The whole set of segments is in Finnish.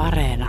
Areena.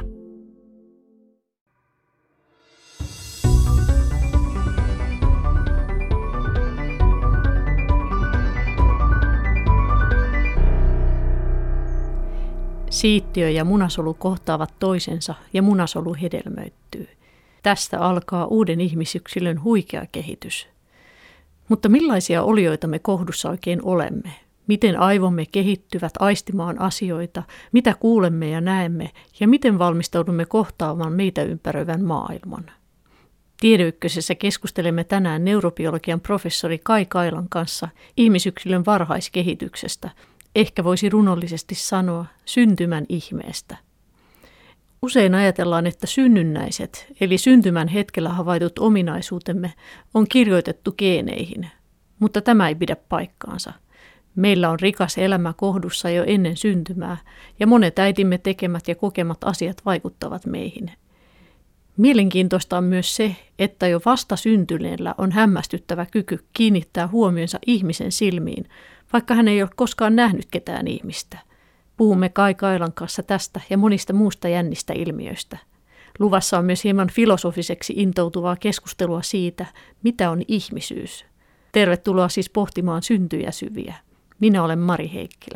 Siittiö ja munasolu kohtaavat toisensa ja munasolu hedelmöittyy. Tästä alkaa uuden ihmisyksilön huikea kehitys. Mutta millaisia olioita me kohdussa oikein olemme? Miten aivomme kehittyvät aistimaan asioita, mitä kuulemme ja näemme ja miten valmistaudumme kohtaamaan meitä ympäröivän maailman? Tiedeykkösessä keskustelemme tänään neurobiologian professori Kai Kailan kanssa ihmisyksilön varhaiskehityksestä, ehkä voisi runollisesti sanoa syntymän ihmeestä. Usein ajatellaan, että synnynnäiset, eli syntymän hetkellä havaitut ominaisuutemme, on kirjoitettu geeneihin, mutta tämä ei pidä paikkaansa. Meillä on rikas elämä kohdussa jo ennen syntymää, ja monet äitimme tekemät ja kokemat asiat vaikuttavat meihin. Mielenkiintoista on myös se, että jo vasta syntyneellä on hämmästyttävä kyky kiinnittää huomionsa ihmisen silmiin, vaikka hän ei ole koskaan nähnyt ketään ihmistä. Puhumme Kai Kailan kanssa tästä ja monista muusta jännistä ilmiöistä. Luvassa on myös hieman filosofiseksi intoutuvaa keskustelua siitä, mitä on ihmisyys. Tervetuloa siis pohtimaan syntyjä syviä. Minä olen Mari Heikkilä.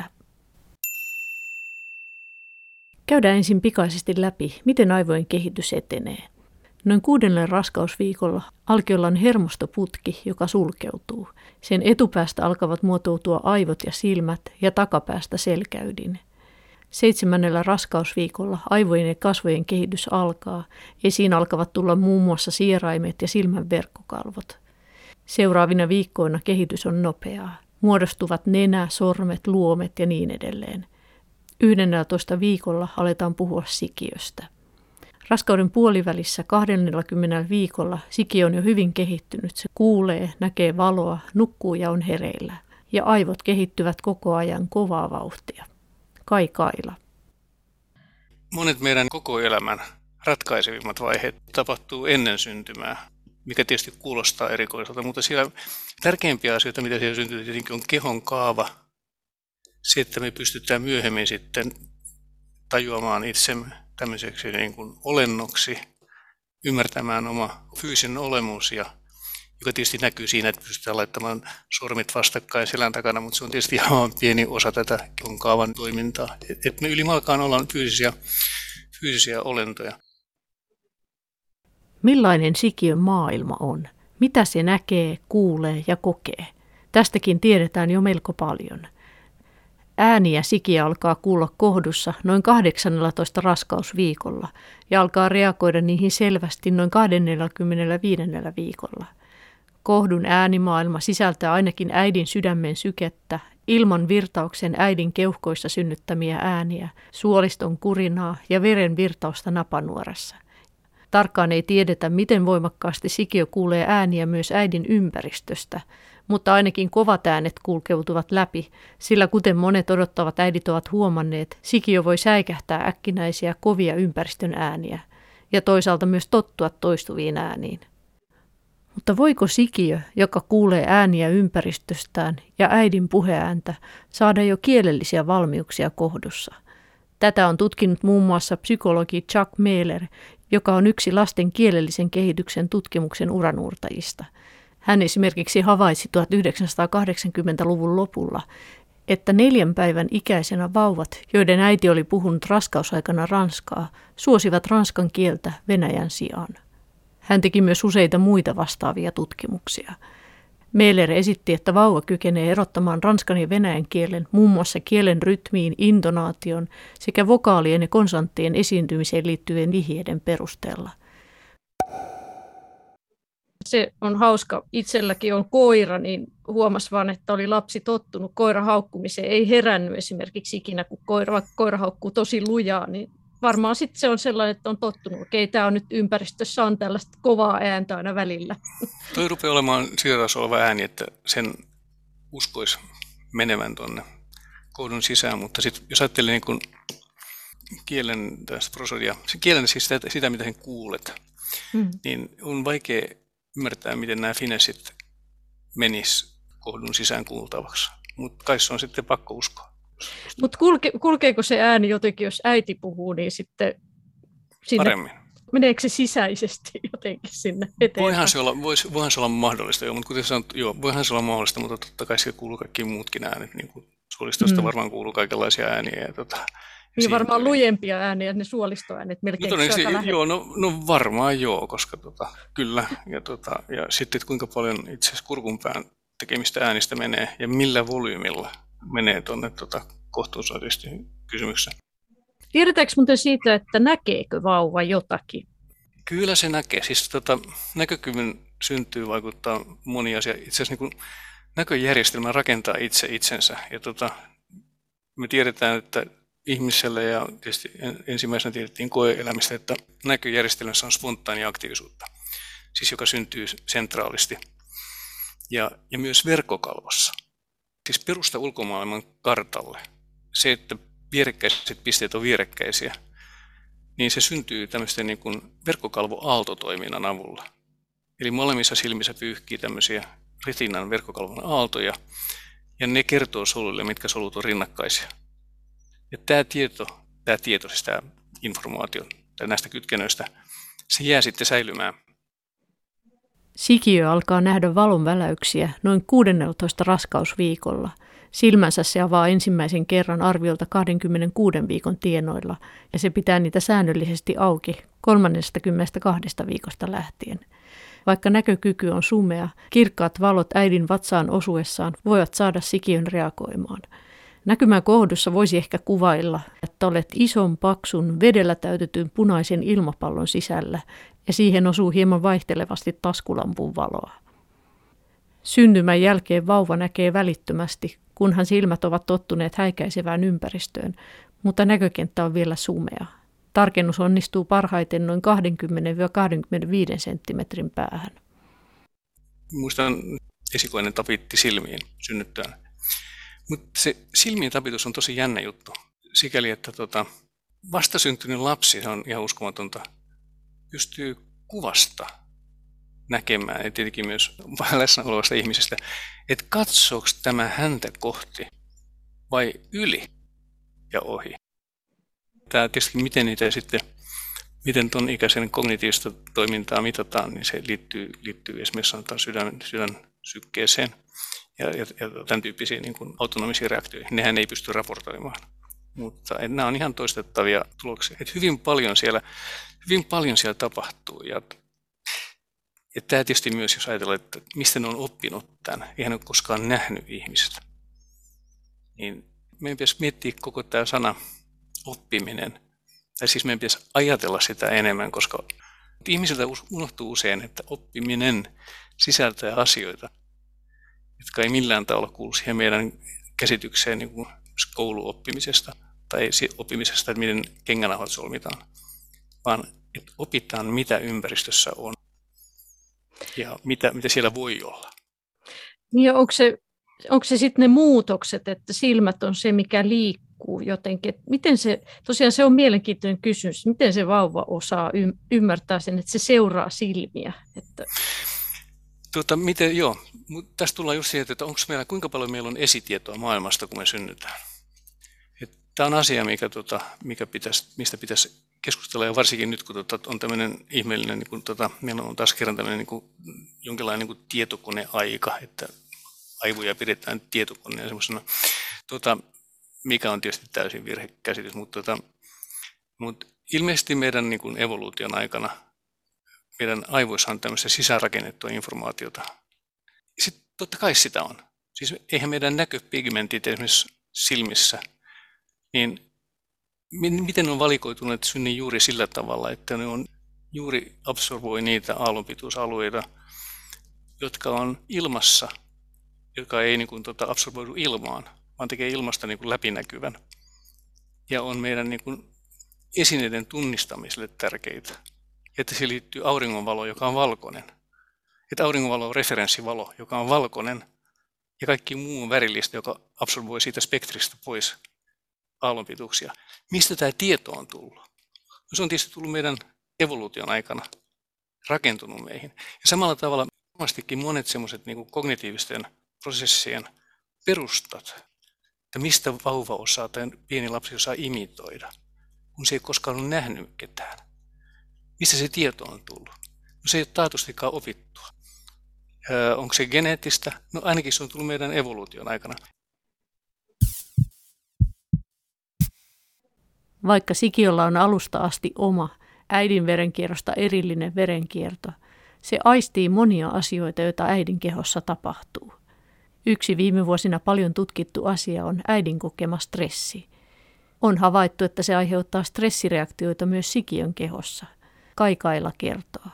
Käydään ensin pikaisesti läpi, miten aivojen kehitys etenee. Noin 6. raskausviikolla alkiolla on hermostoputki, joka sulkeutuu. Sen etupäästä alkavat muotoutua aivot ja silmät ja takapäästä selkäydin. 7. raskausviikolla aivojen ja kasvojen kehitys alkaa. Esiin alkavat tulla muun muassa sieraimet ja silmän verkkokalvot. Seuraavina viikkoina kehitys on nopeaa. Muodostuvat nenä, sormet, luomet ja niin edelleen. 11. viikolla aletaan puhua sikiöstä. Raskauden puolivälissä 20. viikolla sikiö on jo hyvin kehittynyt. Se kuulee, näkee valoa, nukkuu ja on hereillä. Ja aivot kehittyvät koko ajan kovaa vauhtia. Kai Kaila. Monet meidän koko elämän ratkaisevimmat vaiheet tapahtuu ennen syntymää, mikä tietysti kuulostaa erikoiselta, mutta siellä tärkeimpiä asioita, mitä siellä syntyy, tietenkin on kehon kaava. Se, että me pystytään myöhemmin sitten tajuamaan itsemme tämmöiseksi niin kuin olennoksi, ymmärtämään oma fyysinen olemus, joka tietysti näkyy siinä, että pystytään laittamaan sormit vastakkain selän takana, mutta se on tietysti ihan pieni osa tätä kehon kaavan toimintaa. Että me ylimalkaan ollaan fyysisiä olentoja. Millainen sikiön maailma on? Mitä se näkee, kuulee ja kokee? Tästäkin tiedetään jo melko paljon. Ääniä sikiö alkaa kuulla kohdussa noin 18 raskausviikolla ja alkaa reagoida niihin selvästi noin 25. viikolla. Kohdun äänimaailma sisältää ainakin äidin sydämen sykettä, ilman virtauksen äidin keuhkoissa synnyttämiä ääniä, suoliston kurinaa ja veren virtausta napanuorassa. Tarkkaan ei tiedetä, miten voimakkaasti sikiö kuulee ääniä myös äidin ympäristöstä, mutta ainakin kovat äänet kulkeutuvat läpi, sillä kuten monet odottavat äidit ovat huomanneet, sikiö voi säikähtää äkkinäisiä kovia ympäristön ääniä ja toisaalta myös tottua toistuviin ääniin. Mutta voiko sikiö, joka kuulee ääniä ympäristöstään ja äidin puheääntä, saada jo kielellisiä valmiuksia kohdussa? Tätä on tutkinut muun muassa psykologi Chuck Mehler, joka on yksi lasten kielellisen kehityksen tutkimuksen uranuurtajista. Hän esimerkiksi havaitsi 1980-luvun lopulla, että 4 päivän ikäisenä vauvat, joiden äiti oli puhunut raskausaikana ranskaa, suosivat ranskan kieltä venäjän sijaan. Hän teki myös useita muita vastaavia tutkimuksia. Mehler esitti, että vauva kykenee erottamaan ranskan ja venäjän kielen muun muassa kielen rytmiin, intonaation sekä vokaalien ja konsanttien esiintymiseen liittyvien vihjeiden perusteella. Se on hauska. Itselläkin on koira, niin huomasi vaan, että oli lapsi tottunut koiran haukkumiseen. Ei herännyt esimerkiksi ikinä, kun koira haukkuu tosi lujaa, niin varmaan sitten se on sellainen, että on tottunut. Okei, tämä on nyt ympäristössä on tällaista kovaa ääntä aina välillä. Toi rupeaa olemaan sillä tasolla oleva ääni, että sen uskoisi menevän tuonne kohdun sisään, mutta sitten jos ajattelee niin kuin kielen tästä prosodia, se kielen siis sitä mitä sen kuulet, niin on vaikea ymmärtää, miten nämä finessit menis kohdun sisään kuultavaksi. Mutta kai se on sitten pakko uskoa. Mutta kulkeeko se ääni jotenkin, jos äiti puhuu, niin sitten sinne, paremmin. meneekö se sisäisesti jotenkin sinne eteenpäin? Voihan se olla mahdollista, joo, mutta kuten sanot, voihan se olla mahdollista, mutta totta kai siellä kuuluu kaikki muutkin äänet, niin kuin suolistosta varmaan kuuluu kaikenlaisia ääniä. Niin varmaan lujempia ääniä, ne suolistoäänet melkein. No varmaan joo, koska kyllä. Ja sitten kuinka paljon itse asiassa kurkunpään tekemistä äänistä menee ja millä volyymilla menee tuonne kohtuullisesti kysymykseen. Tiedetäänkö muuten siitä, että näkeekö vauva jotakin? Kyllä se näkee. Siis näkökyvyn syntyy vaikuttaa moni asia. Itse asiassa niin näköjärjestelmä rakentaa itse itsensä. Ja me tiedetään, että ihmiselle ja tietysti ensimmäisenä tiedettiin koe-elämistä, että näköjärjestelmässä on spontaania aktiivisuutta, siis joka syntyy sentraalisti ja myös verkkokalvossa. Siis perusta ulkomaailman kartalle, se, että vierekkäiset pisteet on vierekkäisiä, niin se syntyy tämmöisten niin kuin verkkokalvoaaltotoiminnan avulla. Eli molemmissa silmissä pyyhkii tämmöisiä retinan verkkokalvon aaltoja, ja ne kertoo soluille, mitkä solut on rinnakkaisia. Ja tämä tieto, siis tämä informaatio näistä kytkennöistä, se jää sitten säilymään. Sikiö alkaa nähdä valonväläyksiä noin 16 raskausviikolla. Silmänsä se avaa ensimmäisen kerran arviolta 26 viikon tienoilla ja se pitää niitä säännöllisesti auki 32 viikosta lähtien. Vaikka näkökyky on sumea, kirkkaat valot äidin vatsaan osuessaan voivat saada sikiön reagoimaan. Näkymän kohdussa voisi ehkä kuvailla, että olet ison, paksun, vedellä täytetyn punaisen ilmapallon sisällä ja siihen osuu hieman vaihtelevasti taskulampun valoa. Syntymän jälkeen vauva näkee välittömästi, kunhan silmät ovat tottuneet häikäisevään ympäristöön, mutta näkökenttä on vielä sumea. Tarkennus onnistuu parhaiten noin 20-25 senttimetrin päähän. Muistan esikoinen tapitti silmiin synnyttäen. Mutta se silmien tapitus on tosi jännä juttu. Sikäli, että vastasyntynyt lapsi, se on ihan uskomatonta, pystyy kuvasta näkemään, ja tietenkin myös läsnä olevasta ihmisestä, että katsooko tämä häntä kohti vai yli ja ohi. Tämä tietysti, miten tuon ikäisen kognitiivista toimintaa mitataan, niin se liittyy esimerkiksi sanotaan sydänsykkeeseen ja tämän tyyppisiin niin kuin autonomisiin reaktioihin. Nehän ei pysty raportoimaan, mutta nämä on ihan toistettavia tuloksia. Että hyvin paljon siellä tapahtuu. Ja tämä tietysti myös, jos ajatellaan, että mistä ne on oppinut tämän, eihän ne ole koskaan nähnyt ihmistä, niin meidän pitäisi miettiä koko tämä sana oppiminen. Tai siis meidän pitäisi ajatella sitä enemmän, koska ihmisiltä unohtuu usein, että oppiminen sisältää asioita, jotka ei millään tavalla kuulu siihen meidän käsitykseen niin kuin kouluoppimisesta tai oppimisesta, että miten kengänauhat solmitaan, vaan että opitaan, mitä ympäristössä on ja mitä siellä voi olla. Ja onko se sitten ne muutokset, että silmät on se, mikä liikkuu jotenkin? Miten tosiaan se on mielenkiintoinen kysymys, miten se vauva osaa ymmärtää sen, että se seuraa silmiä? Että... Tästä tullaan just siihen, että kuinka paljon meillä on esitietoa maailmasta, kun me synnytään. Tämä on asia, mistä pitäisi keskustella, ja varsinkin nyt, kun on tämmöinen ihmeellinen, niin meillä on taas kerran tämmöinen jonkinlainen tietokoneaika, että aivoja pidetään tietokoneena semmoisena, mikä on tietysti täysin virhekäsitys, mutta ilmeisesti meidän evoluution aikana meidän aivoissa on tämmöistä sisäänrakennettua informaatiota. Sitten totta kai sitä on. Siis eihän meidän näköpigmentit esimerkiksi silmissä, niin miten on valikoituneet synny juuri sillä tavalla, että ne on juuri absorboi niitä aallonpituusalueita, jotka on ilmassa, joka ei absorboidu ilmaan, vaan tekee ilmasta läpinäkyvän. Ja on meidän esineiden tunnistamiselle tärkeitä. Että se liittyy auringonvaloon, joka on valkoinen. Että auringonvalo on referenssivalo, joka on valkoinen, ja kaikki muu on värillistä, joka absorboi siitä spektristä pois aallonpituuksia. Mistä tämä tieto on tullut? Se on tietysti tullut meidän evoluution aikana, rakentunut meihin. Ja samalla tavalla varmastikin monet semmoiset kognitiivisten prosessien perustat, että mistä vauva osaa tai pieni lapsi osaa imitoida, kun se ei koskaan ole nähnyt ketään. Mistä se tieto on tullut? No se ei ole taatustikaan opittua. Onko se geneettistä? No ainakin se on tullut meidän evoluution aikana. Vaikka sikiöllä on alusta asti oma, äidin verenkierrosta erillinen verenkierto, se aistii monia asioita, joita äidin kehossa tapahtuu. Yksi viime vuosina paljon tutkittu asia on äidin kokema stressi. On havaittu, että se aiheuttaa stressireaktioita myös sikiön kehossa. Kai Kaila kertoo.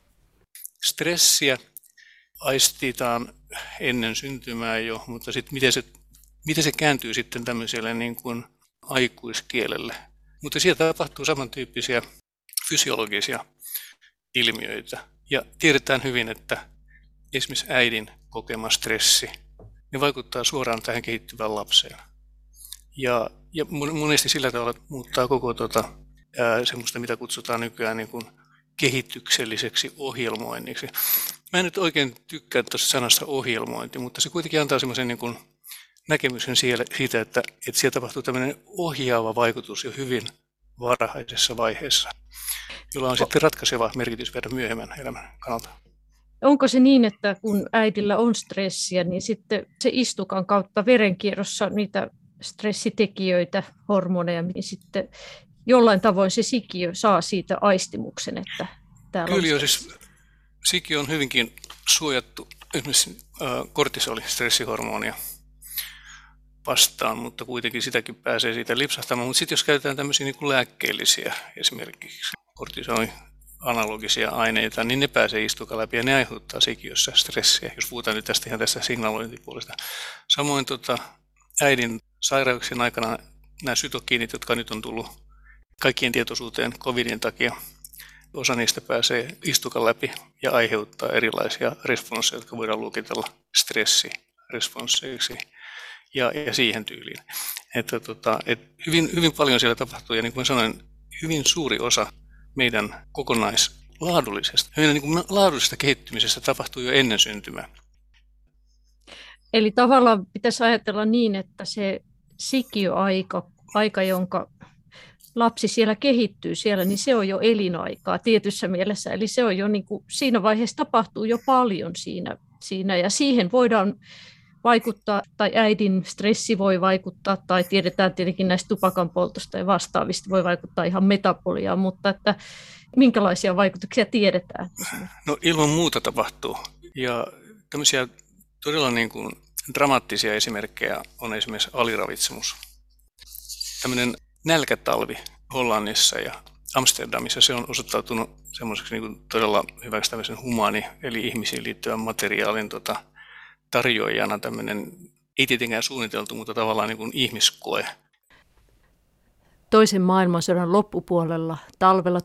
Stressiä aistitaan ennen syntymää jo, mutta sitten miten se kääntyy sitten tämmöiselle niin kuin aikuiskielelle. Mutta siellä tapahtuu samantyyppisiä fysiologisia ilmiöitä. Ja tiedetään hyvin, että esimerkiksi äidin kokema stressi, ne vaikuttaa suoraan tähän kehittyvään lapseen. Ja monesti sillä tavalla muuttaa koko semmoista, mitä kutsutaan nykyään niin kuin kehitykselliseksi ohjelmoinniksi. Mä en nyt oikein tykkää tuosta sanasta ohjelmointi, mutta se kuitenkin antaa semmoisen niin kuin näkemyksen siitä, että siellä tapahtuu tämmöinen ohjaava vaikutus jo hyvin varhaisessa vaiheessa, jolla on sitten ratkaiseva merkitys vielä myöhemmän elämän kannalta. Onko se niin, että kun äidillä on stressiä, niin sitten se istukan kautta verenkierrossa niitä stressitekijöitä, hormoneja, niin sitten jollain tavoin se sikiö saa siitä aistimuksen, että täällä Kyllä, siis sikiö on hyvinkin suojattu esimerkiksi kortisoli, stressihormonia vastaan, mutta kuitenkin sitäkin pääsee siitä lipsahtamaan. Mutta sitten jos käytetään tämmöisiä niin kuin lääkkeellisiä esimerkiksi kortisoli-analogisia aineita, niin ne pääsee istukan läpi ja ne aiheuttaa sikiössä stressiä, jos puhutaan nyt tästä ihan tästä signalointipuolesta. Samoin äidin sairauksien aikana nämä sytokiinit, jotka nyt on tullut kaikkien tietoisuuteen covidin takia, osa niistä pääsee istukan läpi ja aiheuttaa erilaisia responsseja, jotka voidaan luokitella stressiresponsseiksi ja siihen tyyliin. Että hyvin paljon siellä tapahtuu, ja niin kuin mä sanoin, hyvin suuri osa meidän laadullisesta kehittymisestä tapahtuu jo ennen syntymää. Eli tavallaan pitäisi ajatella niin, että se sikiöaika, jonka lapsi siellä kehittyy siellä, niin se on jo elinaikaa tietyssä mielessä. Eli se on jo niin kuin, siinä vaiheessa tapahtuu jo paljon siinä ja siihen voidaan vaikuttaa, tai äidin stressi voi vaikuttaa, tai tiedetään tietenkin näistä tupakan poltosta ja vastaavista voi vaikuttaa ihan metaboliaan, mutta että minkälaisia vaikutuksia tiedetään? No ilman muuta tapahtuu, ja tämmöisiä todella niin kuin dramaattisia esimerkkejä on esimerkiksi aliravitsemus. Tämmöinen nälkätalvi Hollannissa ja Amsterdamissa, se on osoittautunut semmoiseksi niin kuin todella hyväksi tämmöisen humaani, eli ihmisiin liittyvän materiaalin tarjoajana tämmöinen, ei tietenkään suunniteltu, mutta tavallaan niin kuin ihmiskoe. Toisen maailmansodan loppupuolella talvella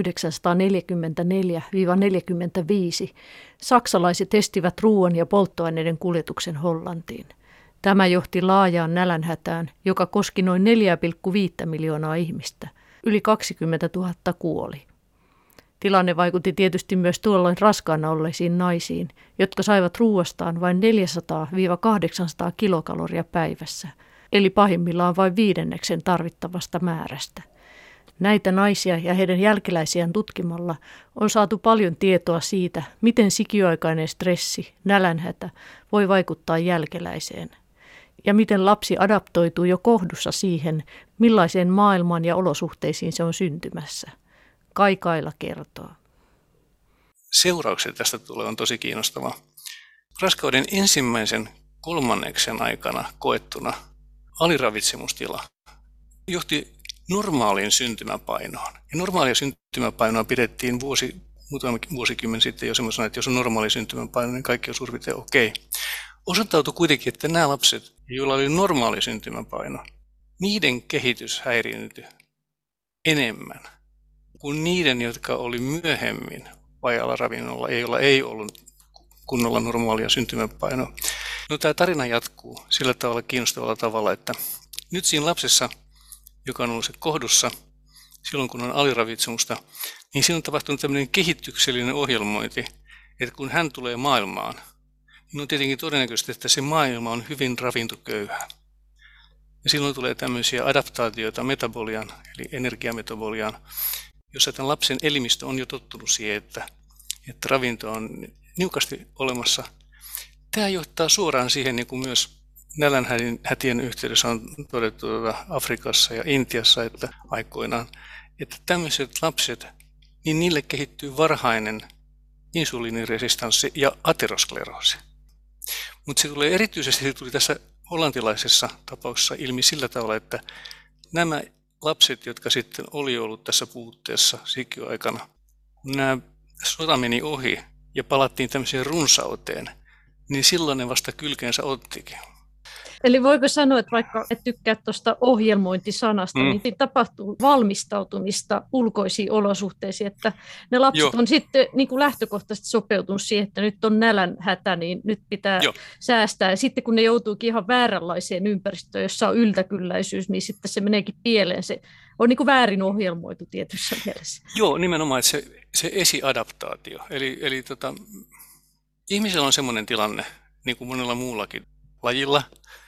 1944-45 saksalaiset estivät ruoan ja polttoaineiden kuljetuksen Hollantiin. Tämä johti laajaan nälänhätään, joka koski noin 4,5 miljoonaa ihmistä. Yli 20 000 kuoli. Tilanne vaikutti tietysti myös tuolloin raskaana olleisiin naisiin, jotka saivat ruoastaan vain 400-800 kilokaloria päivässä, eli pahimmillaan vain 1/5 tarvittavasta määrästä. Näitä naisia ja heidän jälkeläisiään tutkimalla on saatu paljon tietoa siitä, miten sikiöaikainen stressi, nälänhätä, voi vaikuttaa jälkeläiseen. Ja miten lapsi adaptoituu jo kohdussa siihen, millaiseen maailmaan ja olosuhteisiin se on syntymässä. Kai Kaila kertoo. Seuraukset tästä tulee on tosi kiinnostavaa. Raskauden ensimmäisen kolmanneksen aikana koettuna aliravitsemustila johti normaaliin syntymäpainoon. Ja normaalia syntymäpainoa pidettiin muutama vuosikymmen sitten jo semmoisena, että jos on normaali syntymäpaino, niin kaikki on suurin piirtein okei. Osoittautui kuitenkin, että nämä lapset, joilla oli normaali syntymäpaino, niiden kehitys häiriintyi enemmän kuin niiden, jotka oli myöhemmin vajaalla ravinnolla, joilla ei ollut kunnolla normaalia syntymäpainoa. No, tämä tarina jatkuu sillä tavalla kiinnostavalla tavalla, että nyt siinä lapsessa, joka on ollut se kohdussa, silloin kun on aliravitsemusta, niin siinä on tapahtunut tämmöinen kehityksellinen ohjelmointi, että kun hän tulee maailmaan, niin on tietenkin todennäköistä, että se maailma on hyvin ravintoköyhä. Ja silloin tulee tämmöisiä adaptaatioita metabolian, eli energiametabolian, jossa tämän lapsen elimistö on jo tottunut siihen, että ravinto on niukasti olemassa. Tämä johtaa suoraan siihen, niin kuin myös nälänhätien yhteydessä on todettu Afrikassa ja Intiassa, että aikoinaan, että tämmöiset lapset, niin niille kehittyy varhainen insuliiniresistanssi ja ateroskleroosi. Mutta se tuli tässä hollantilaisessa tapauksessa ilmi sillä tavalla, että nämä lapset, jotka sitten oli ollut tässä puutteessa sikiöaikana, kun nämä sota meni ohi ja palattiin tämmöiseen runsauteen, niin silloin ne vasta kylkeensä ottikin. Eli voiko sanoa, että vaikka et tykkää tuosta ohjelmointisanasta, niin tapahtuu valmistautumista ulkoisiin olosuhteisiin, että ne lapset on sitten niin kuin lähtökohtaisesti sopeutunut siihen, että nyt on nälänhätä, niin nyt pitää säästää. Ja sitten kun ne joutuukin ihan vääränlaiseen ympäristöön, jossa on yltäkylläisyys, niin sitten se meneekin pieleen. Se on niin kuin väärin ohjelmoitu tietyssä mielessä. Joo, nimenomaan, että se esiadaptaatio. Eli ihmisellä on semmoinen tilanne, niin kuin monella muullakin lajilla,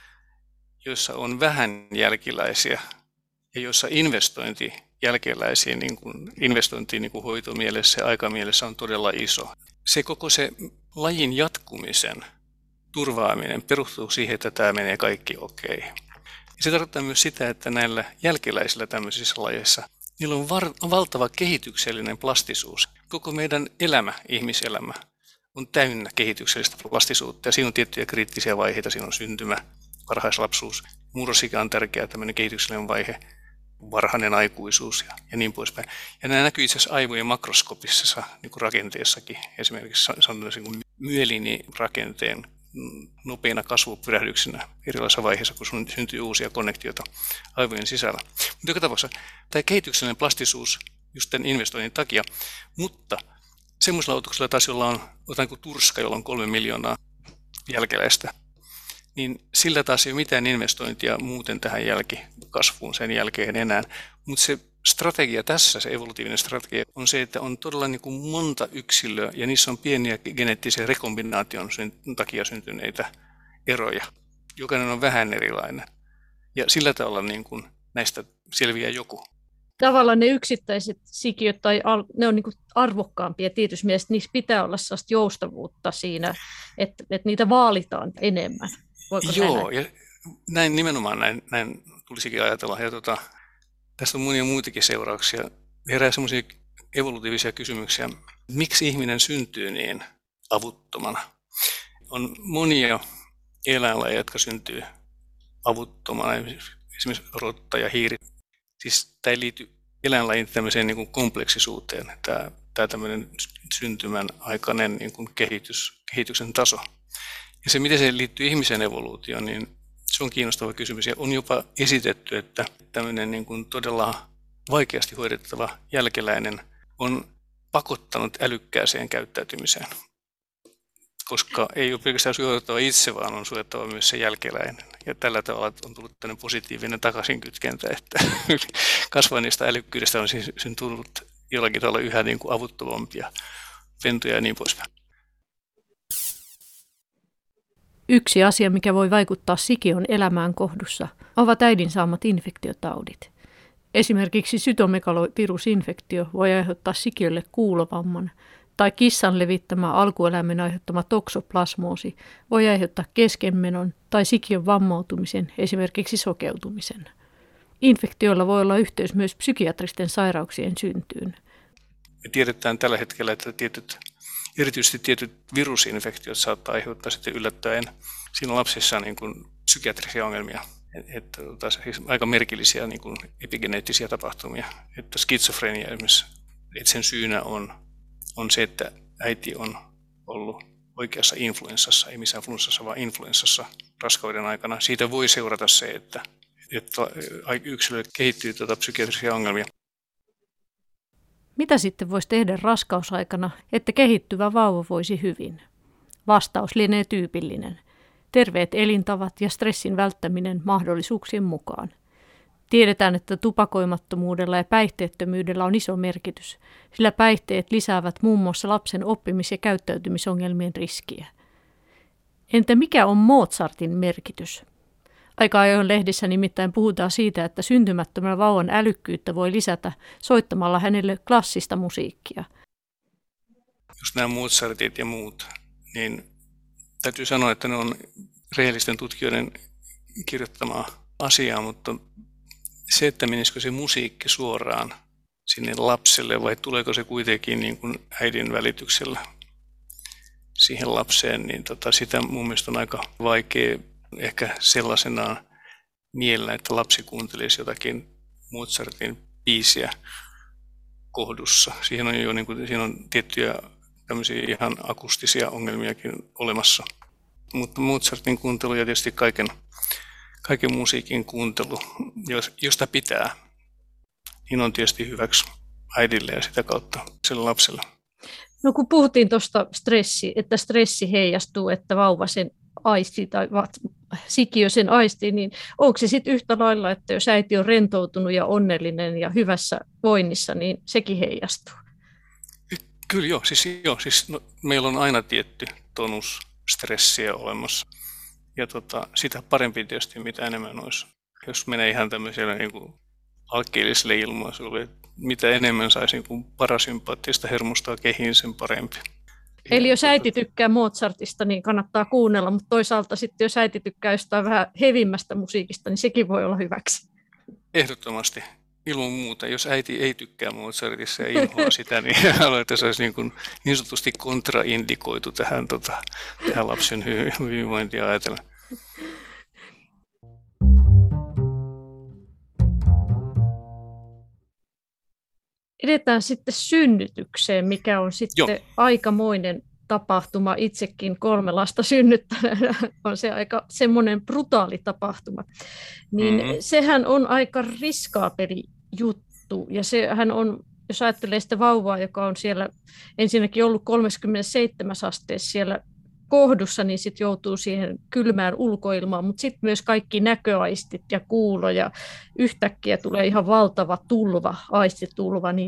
joissa on vähän jälkeläisiä ja joissa investointi jälkeläisiin, investointiin niin kuin hoitomielessä ja aikamielessä on todella iso. Se lajin jatkumisen turvaaminen perustuu siihen, että tämä menee kaikki okei. Se tarkoittaa myös sitä, että näillä jälkeläisillä tämmöisissä lajeissa niillä on valtava kehityksellinen plastisuus. Koko meidän ihmiselämä on täynnä kehityksellistä plastisuutta ja siinä on tiettyjä kriittisiä vaiheita, siinä on syntymä, varhaislapsuus, murrosikä on tärkeä tämmöinen kehityksellinen vaihe, varhainen aikuisuus ja niin poispäin. Ja nämä näkyy itse asiassa aivojen makroskopisessa niin kuin rakenteessakin, esimerkiksi sanotaan myeliinirakenteen nopeina kasvupyrähdyksinä erilaisissa vaiheissa, kun syntyy uusia konnektioita aivojen sisällä. Mutta joka tapauksessa tämä kehityksellinen plastisuus just tämän investoinnin takia, mutta semmoisella otuksella taas, jolla on jotain kuin turska, jolla on 3 miljoonaa jälkeläistä, niin sillä taas ei ole mitään investointia muuten tähän jälkikasvuun sen jälkeen enää. Mutta se strategia tässä, se evolutiivinen strategia, on se, että on todella niin kuin monta yksilöä ja niissä on pieniä geneettisen rekombinaation takia syntyneitä eroja. Jokainen on vähän erilainen ja sillä tavalla niin kuin näistä selviää joku. Tavallaan ne yksittäiset sikiöt ne on niin kuin arvokkaampia tietysti mielessä, niissä pitää olla sellaista joustavuutta siinä, että niitä vaalitaan enemmän. Voiko Joo, ja näin nimenomaan näin tulisikin ajatella. Ja tästä on monia muitakin seurauksia. Herää semmoisia evolutiivisia kysymyksiä. Miksi ihminen syntyy niin avuttomana? On monia eläinlajeja, jotka syntyy avuttomana, esimerkiksi rotta ja hiiri. Siis tämä ei liity eläinlajin tämmöiseen niin kuin kompleksisuuteen, tämä tämmöinen syntymän aikainen niin kuin kehityksen taso. Ja se, miten se liittyy ihmisen evoluutioon, niin se on kiinnostava kysymys. Ja on jopa esitetty, että tämmöinen niin kuin todella vaikeasti hoidettava jälkeläinen on pakottanut älykkääseen käyttäytymiseen. Koska ei ole pelkästään suojattava itse, vaan on suojattava myös se jälkeläinen. Ja tällä tavalla on tullut tämmöinen positiivinen takaisinkytkentä, että kasvaneesta älykkyydestä on siis tullut jollakin tavalla yhä niin kuin avuttomampia pentuja ja niin poispäin. Yksi asia, mikä voi vaikuttaa sikiön elämään kohdussa, ovat äidin saamat infektiotaudit. Esimerkiksi sytomegalovirusinfektio voi aiheuttaa sikiölle kuulovamman, tai kissan levittämä alkueläimen aiheuttama toksoplasmoosi voi aiheuttaa keskenmenon tai sikiön vammautumisen, esimerkiksi sokeutumisen. Infektioilla voi olla yhteys myös psykiatristen sairauksien syntyyn. Me tiedetään tällä hetkellä, että erityisesti tietyt virusinfektiot saattaa aiheuttaa sitten yllättäen siinä lapsissa niin kuin psykiatrisia ongelmia. Että siis aika merkillisiä niin kuin epigeneettisiä tapahtumia. Että skitsofrenia esimerkiksi, että sen syynä on se, että äiti on ollut oikeassa influenssassa, ei missään flunssassa, vaan influenssassa raskauden aikana. Siitä voi seurata se, että yksilölle kehittyy psykiatrisia ongelmia. Mitä sitten voisi tehdä raskausaikana, että kehittyvä vauva voisi hyvin? Vastaus lienee tyypillinen. Terveet elintavat ja stressin välttäminen mahdollisuuksien mukaan. Tiedetään, että tupakoimattomuudella ja päihteettömyydellä on iso merkitys, sillä päihteet lisäävät muun muassa lapsen oppimis- ja käyttäytymisongelmien riskiä. Entä mikä on Mozartin merkitys? Aika ajoin lehdissä nimittäin puhutaan siitä, että syntymättömän vauvan älykkyyttä voi lisätä soittamalla hänelle klassista musiikkia. Just nämä Mozartit ja muut, niin täytyy sanoa, että ne on rehellisten tutkijoiden kirjoittamaa asiaa, mutta se, että menisikö se musiikki suoraan sinne lapselle vai tuleeko se kuitenkin niin kuin äidin välityksellä siihen lapseen, niin sitä mun mielestä on aika vaikea ehkä sellaisenaan niellä, että lapsi kuuntelisi jotakin Mozartin biisiä kohdussa. Siihen on jo siinä on tiettyjä tämmöisiä ihan akustisia ongelmiakin olemassa. Mutta Mozartin kuuntelu ja tietysti kaiken musiikin kuuntelu, josta pitää, niin on tietysti hyväksi äidille ja sitä kautta sille lapselle. No kun puhuttiin tuosta että stressi heijastuu, että vauva sen aisti tai sikiö sen aisti, niin onko se sitten yhtä lailla, että jos äiti on rentoutunut ja onnellinen ja hyvässä voinnissa, niin sekin heijastuu? Kyllä joo. Meillä on aina tietty tonus stressiä olemassa. Ja sitä parempi tietysti, mitä enemmän olisi. Jos menee ihan tämmöiselle niin kuin alkeelliselle ilmaisulle, mitä enemmän saisi niin parasympaattista hermostoa kehiin, sen parempi. Eli jos äiti tykkää Mozartista, niin kannattaa kuunnella, mutta toisaalta sitten jos äiti tykkää jostain vähän hevimmästä musiikista, niin sekin voi olla hyväksi. Ehdottomasti. Ilman muuta. Jos äiti ei tykkää Mozartissa ja inhoa sitä, niin että se olisi niin sanotusti kontraindikoitu tähän lapsen hyvinvointia ajatella. Edetään sitten synnytykseen, mikä on sitten aikamoinen tapahtuma. Itsekin 3 lasta synnyttäneenä on se aika semmoinen brutaali tapahtuma. Niin sehän on aika riskaapeli juttu. Ja sehän on, jos ajattelee sitä vauvaa, joka on siellä ensinnäkin ollut 37 asteessa siellä kohdussa, niin sitten joutuu siihen kylmään ulkoilmaan, mutta sitten myös kaikki näköaistit ja kuulo ja yhtäkkiä tulee ihan valtava tulva, aistitulva, niin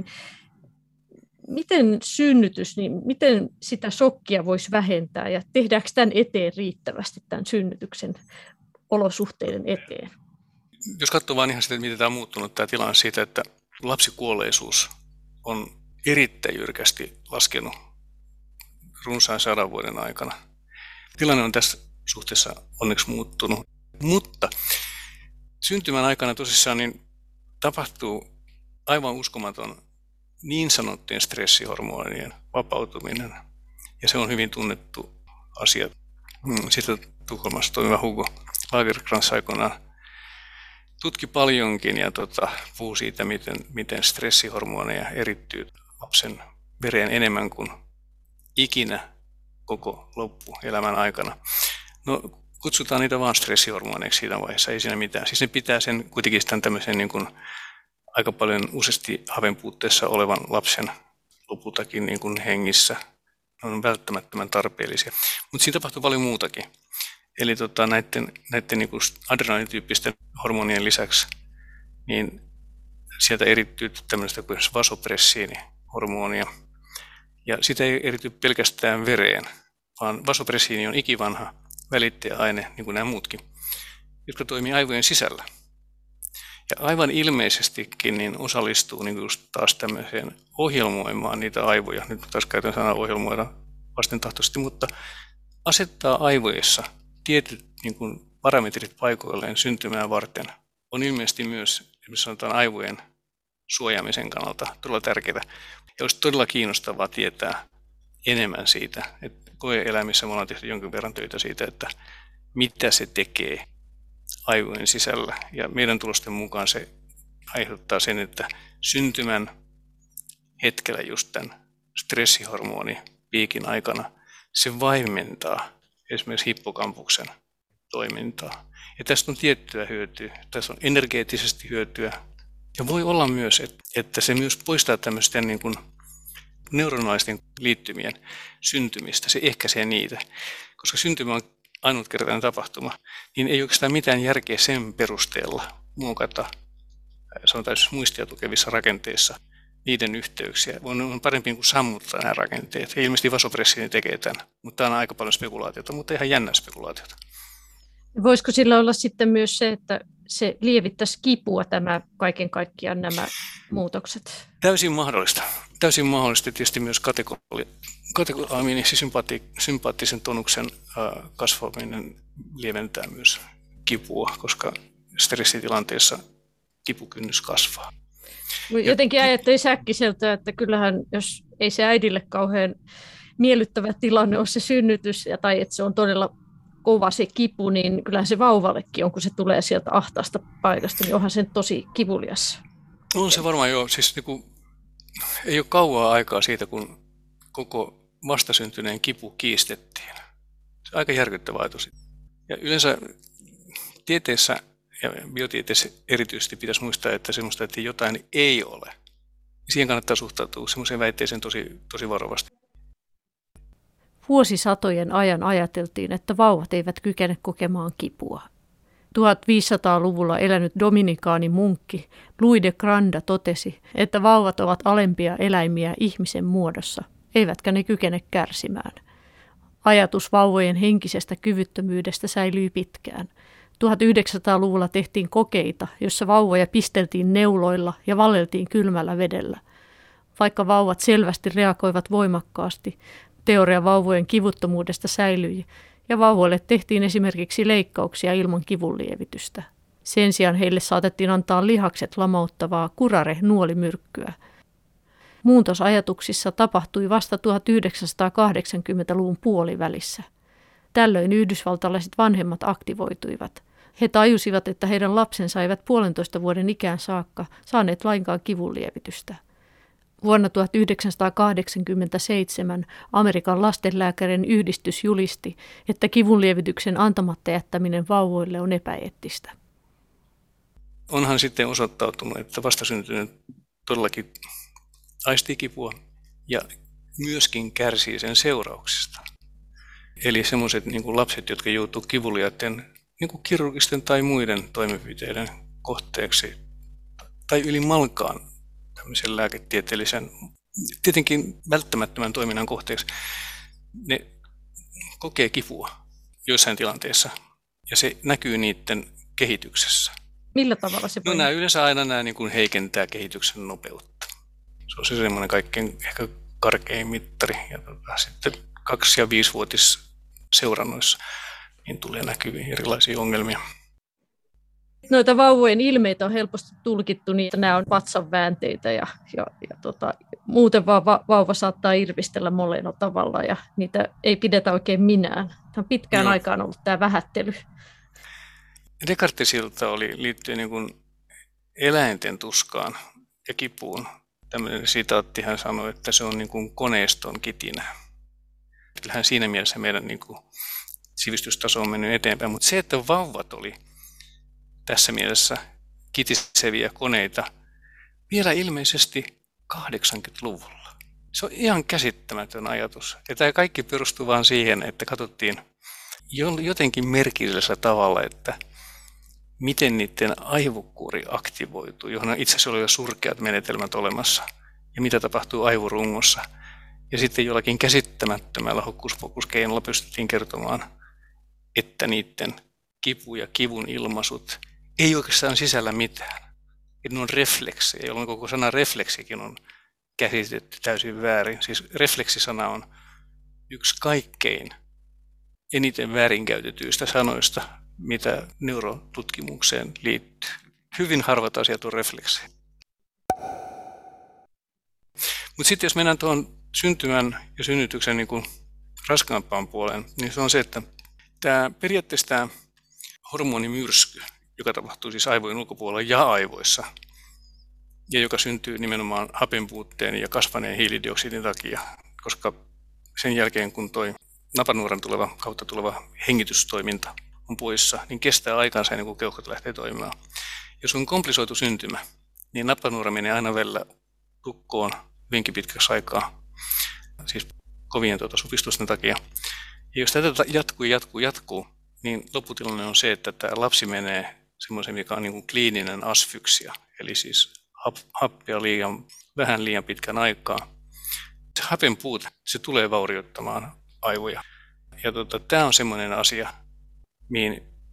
miten synnytys, niin miten sitä shokkia voisi vähentää ja tehdäänkö tämän eteen riittävästi tämän synnytyksen olosuhteiden eteen? Jos katsoo vaan ihan sitä, miten tämä on muuttunut, tämä tilanne siitä, että lapsikuolleisuus on erittäin jyrkästi laskenut runsaan 100 vuoden aikana. Tilanne on tässä suhteessa onneksi muuttunut, mutta syntymän aikana tosissaan niin tapahtuu aivan uskomaton niin sanottujen stressihormonien vapautuminen, ja se on hyvin tunnettu asia. Sitten Tukholmassa toimiva Hugo Lagercrantz aikoinaan tutki paljonkin ja puhui siitä, miten stressihormoneja erittyy lapsen vereen enemmän kuin ikinä koko loppuelämän aikana. No, kutsutaan niitä vaan stressihormoneiksi siinä vaiheessa, ei siinä mitään. Siis ne pitää sen kuitenkin tämän tämmöisen niin kuin aika paljon useasti havenpuutteessa olevan lapsen lopultakin niin kuin hengissä. Ne on välttämättömän tarpeellisia. Mutta siinä tapahtuu paljon muutakin. Eli näiden niin kuin adrenalityyppisten hormonien lisäksi niin sieltä erittyy tämmöistä kuin vasopressiinihormonia. Ja sitä ei erity pelkästään vereen, vaan vasopressiini on ikivanha välittäjäaine, niin kuin nämä muutkin, jotka toimii aivojen sisällä. Ja aivan ilmeisestikin niin osallistuu niin just taas tämmöiseen ohjelmoimaan niitä aivoja. Nyt taas käytän sanaa ohjelmoida vastentahtoisesti, mutta asettaa aivoissa tietyt niin kuin parametrit paikoilleen syntymää varten on ilmeisesti myös, esimerkiksi sanotaan aivojen suojaamisen kannalta todella tärkeää. Ja olisi todella kiinnostavaa tietää enemmän siitä, että koe-eläimissä me ollaan tehty jonkin verran töitä siitä, että mitä se tekee aivojen sisällä. Ja meidän tulosten mukaan se aiheuttaa sen, että syntymän hetkellä just tämän stressihormonipiikin aikana se vaimentaa esimerkiksi hippokampuksen toimintaa. Ja tästä on tiettyä hyötyä. Tässä on energeettisesti hyötyä. Ja voi olla myös, että se myös poistaa tämmöisten niin kuin neuronaalisten liittymien syntymistä. Se ehkäisee niitä. Koska syntymä on ainutkertainen tapahtuma, niin ei oikeastaan mitään järkeä sen perusteella muokata, sanotaan muistia tukevissa rakenteissa, niiden yhteyksiä. On parempi kuin sammuttaa nämä rakenteet. Ja ilmeisesti vasopressiini tekee tämän, mutta tämä on aika paljon spekulaatiota, mutta ihan jännä spekulaatiota. Voisiko sillä olla sitten myös se, että se lievittäisi kipua tämä kaiken kaikkiaan nämä muutokset? Täysin mahdollista. Täysin mahdollista tietysti myös sympaattisen tonuksen kasvaminen lieventää myös kipua, koska stressitilanteessa kipukynnys kasvaa. Jotenkin ajattelin äkkiseltä, että kyllähän jos ei se äidille kauhean miellyttävä tilanne ole se synnytys, tai että se on todella kova se kipu, niin kyllähän se vauvallekin on, kun se tulee sieltä ahtaasta paikasta, niin onhan se tosi kivulias. On se varmaan jo, siis ei ole kauaa aikaa siitä, kun koko vastasyntyneen kipu kiistettiin. Se on aika järkyttävä ajatus. Ja yleensä tieteessä ja biotieteessä erityisesti pitäisi muistaa, että semmoista, että jotain ei ole. Siihen kannattaa suhtautua semmoiseen väitteeseen tosi varovasti. Vuosisatojen ajan ajateltiin, että vauvat eivät kykene kokemaan kipua. 1500-luvulla elänyt dominikaani munkki Louis de Granda totesi, että vauvat ovat alempia eläimiä ihmisen muodossa, eivätkä ne kykene kärsimään. Ajatus vauvojen henkisestä kyvyttömyydestä säilyi pitkään. 1900-luvulla tehtiin kokeita, jossa vauvoja pisteltiin neuloilla ja valeltiin kylmällä vedellä. Vaikka vauvat selvästi reagoivat voimakkaasti, teoria vauvojen kivuttomuudesta säilyi ja vauvoille tehtiin esimerkiksi leikkauksia ilman kivunlievitystä. Sen sijaan heille saatettiin antaa lihakset lamauttavaa kurare-nuolimyrkkyä. Muutos ajatuksissa tapahtui vasta 1980-luvun puolivälissä. Tällöin yhdysvaltalaiset vanhemmat aktivoituivat. He tajusivat, että heidän lapsensa eivät 1,5 vuoden ikään saakka saaneet lainkaan kivunlievitystä. Vuonna 1987 Amerikan lastenlääkärin yhdistys julisti, että kivunlievityksen antamatta jättäminen vauvoille on epäeettistä. Onhan sitten osoittautunut, että vastasyntynyt todellakin aistii kipua ja myöskin kärsii sen seurauksista. Eli sellaiset lapset, jotka joutuu kivuliaiden kirurgisten tai muiden toimenpiteiden kohteeksi tai yli malkaan tämmöisen lääketieteellisen, tietenkin välttämättömän toiminnan kohteeksi, ne kokee kipua joissain tilanteissa ja se näkyy niiden kehityksessä. Millä tavalla se voi? Nämä yleensä aina heikentää kehityksen nopeutta. Se on se semmoinen kaikkein ehkä karkein mittari. Ja sitten 2- ja 5-vuotis seurannoissa niin tulee näkyviin erilaisia ongelmia. Noita vauvojen ilmeitä on helposti tulkittu, niin nämä on vatsan väänteitä ja muuten vaan vauva saattaa irvistellä monella tavalla ja niitä ei pidetä oikein minään. Tämä on pitkään aikaan ollut tämä vähättely. Descartesilta liittyen eläinten tuskaan ja kipuun. Tämmöinen sitaatti, hän sanoi, että se on koneiston kitinä. Kyllähän siinä mielessä meidän sivistystaso on mennyt eteenpäin, mutta se, että vauvat oli tässä mielessä kitiseviä koneita vielä ilmeisesti 80-luvulla. Se on ihan käsittämätön ajatus. Ja tämä kaikki perustuu vain siihen, että katsottiin jotenkin merkillisellä tavalla, että miten niiden aivokuori aktivoituu, johon itse asiassa oli jo surkeat menetelmät olemassa, ja mitä tapahtuu aivorungossa. Ja sitten jollakin käsittämättömällä hokkuspokuskeinolla pystyttiin kertomaan, että niiden kipu ja kivun ilmaisut ei oikeastaan sisällä mitään. Että ne on refleksejä, jolloin koko sana refleksikin on käsitetty täysin väärin. Siis refleksisana on yksi kaikkein eniten väärinkäytetyistä sanoista, mitä neurotutkimukseen liittyy. Hyvin harvat asiat on refleksejä. Mutta sitten jos mennään tuon syntymän ja synnytyksen raskaampaan puoleen, niin se on se, että periaatteessa tämä hormonimyrsky, joka tapahtuu siis aivojen ulkopuolella ja aivoissa, ja joka syntyy nimenomaan hapenpuutteen ja kasvaneen hiilidioksidin takia, koska sen jälkeen kun tuo napanuoran kautta tuleva hengitystoiminta on poissa, niin kestää aikansa ennen kuin keuhkot lähtee toimimaan. Jos on komplisoitu syntymä, niin napanuora menee aina välillä tukkoon hyvinkin pitkäksi aikaa, siis kovien supistusten takia. Ja jos tätä jatkuu, niin lopputilanne on se, että tämä lapsi menee semmoisen, mikä on kliininen asfyksia, eli siis happea vähän liian pitkän aikaa. Se hapen puute, se tulee vaurioittamaan aivoja. Ja tämä on semmoinen asia, mihin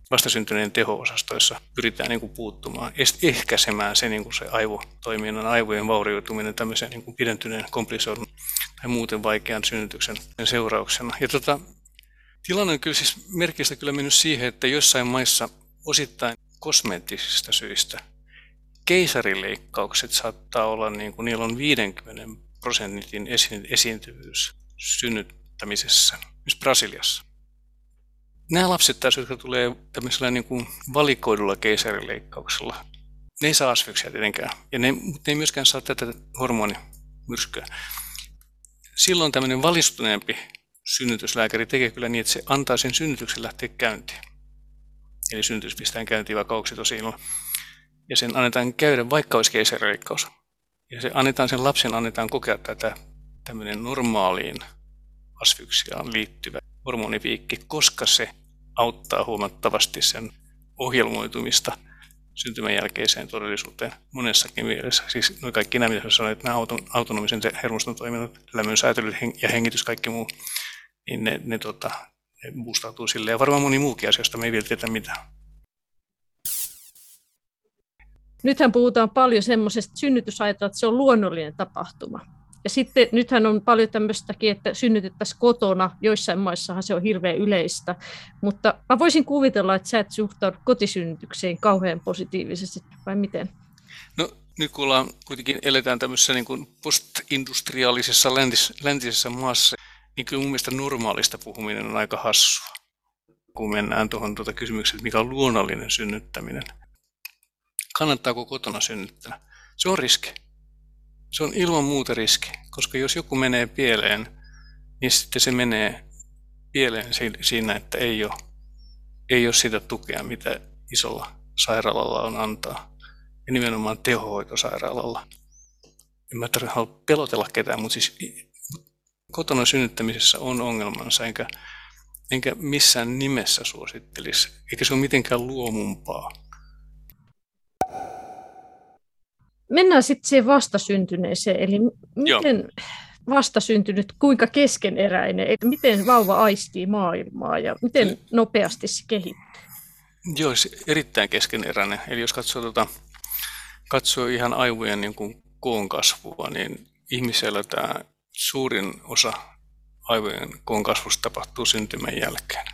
vastasyntyneen teho-osastoissa pyritään niin kuin puuttumaan, ehkäisemään se, niin kuin se aivotoiminnan, aivojen vaurioituminen tämmöisen niin kuin pidentyneen komplisoidun tai muuten vaikean synnytyksen seurauksena. Ja tilanne on kyllä siis merkistä kyllä mennyt siihen, että joissain maissa osittain kosmeettisista syistä keisarileikkaukset saattaa olla, niin kuin, niillä on 50% esiintyvyys synnyttämisessä, myös Brasiliassa. Nämä lapset taas, jotka tulee tämmöisellä niin kuin valikoidulla keisarileikkauksella, ne ei saa asfyksia tietenkään, ja ne ei myöskään saa tätä hormonimyrskyä. Silloin tämmöinen valistuneempi synnytyslääkäri tekee kyllä niin, että se antaa sen synnytyksen lähteä käyntiin. Eli synnytys pistetään käyntiin vaikka oksitosiinilla. Ja sen annetaan käydä, vaikka olisi keisarileikkaus. Ja sen lapsen annetaan kokea tätä tämmöinen normaaliin asfyksiaan liittyvä hormonipiikki, koska se auttaa huomattavasti sen ohjelmoitumista syntymän jälkeiseen todellisuuteen monessakin mielessä. Siis kaikki nämä, mitä sanoit, että nämä autonomisen hermoston toiminnot, lämmön säätely ja hengitys, kaikki muu, niin ne boostautuu silleen. Ja varmaan moni muukin asia, josta me ei vielä tiedä mitään. Nythän puhutaan paljon semmoisesta synnytysajattelua, että se on luonnollinen tapahtuma. Ja sitten nythän on paljon tämmöistäkin, että synnytettäisiin kotona. Joissain maissahan se on hirveän yleistä. Mutta mä voisin kuvitella, että sä et suhtaudu kotisynnytykseen kauhean positiivisesti, vai miten? No nyt kun kuitenkin eletään tämmöisessä niin kuin postindustriaalisessa läntisessä maassa, niin kyllä mun mielestä normaalista puhuminen on aika hassua, kun mennään tuohon kysymykseen, mikä on luonnollinen synnyttäminen. Kannattaako kotona synnyttää? Se on riski. Se on ilman muuta riski, koska jos joku menee pieleen, niin sitten se menee pieleen siinä, että ei ole sitä tukea, mitä isolla sairaalalla on antaa. Ja nimenomaan tehohoitosairaalalla. En mä halua pelotella ketään, mutta siis kotona synnyttämisessä on ongelmansa, enkä missään nimessä suosittelisi, eikä se ole mitenkään luomumpaa. Mennään sitten siihen vastasyntyneeseen, eli miten vastasyntynyt, kuinka keskeneräinen, miten vauva aistii maailmaa ja miten nopeasti se kehittyy? Joo, se erittäin keskeneräinen. Eli jos katsoo ihan aivojen niin kuin koon kasvua, niin ihmisellä tämä suurin osa aivojen koon kasvusta tapahtuu syntymän jälkeen.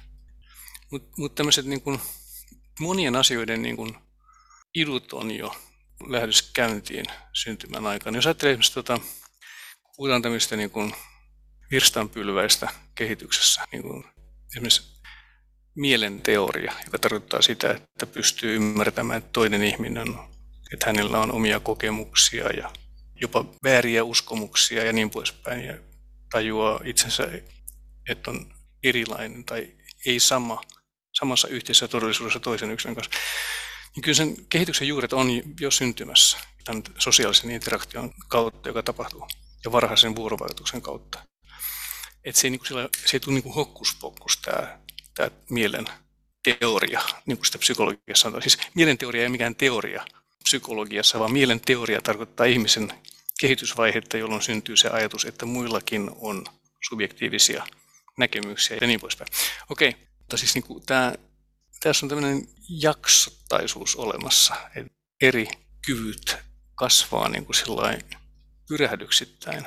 Mutta tämmöiset niin kuin monien asioiden niin kuin idut on jo lähdössä käyntiin syntymän aikana. Jos ajattelee esimerkiksi, puhutaan tämmöistä niin kuin virstanpylväistä kehityksessä, niin kuin esimerkiksi mielen teoria, joka tarkoittaa sitä, että pystyy ymmärtämään, että toinen ihminen on, että hänellä on omia kokemuksia ja jopa vääriä uskomuksia ja niin poispäin, ja tajuaa itsensä, että on erilainen tai ei samassa yhteisessä todellisuudessa toisen yksilön kanssa. Niin kyllä sen kehityksen juuret on jo syntymässä tämän sosiaalisen interaktion kautta, joka tapahtuu, ja varhaisen vuorovaikutuksen kautta. Että se ei tule niin kuin hokkuspokkus tämä mielen teoria, niin kuin sitä psykologiassa sanotaan. Siis mielen teoria ei ole mikään teoria psykologiassa, vaan mielen teoria tarkoittaa ihmisen kehitysvaihetta, jolloin syntyy se ajatus, että muillakin on subjektiivisia näkemyksiä ja niin poispäin. Okei, mutta siis niin kuin tässä on tämmöinen jaksottaisuus olemassa, että eri kyvyt kasvaa niin kuin sillain pyrähdyksittäin.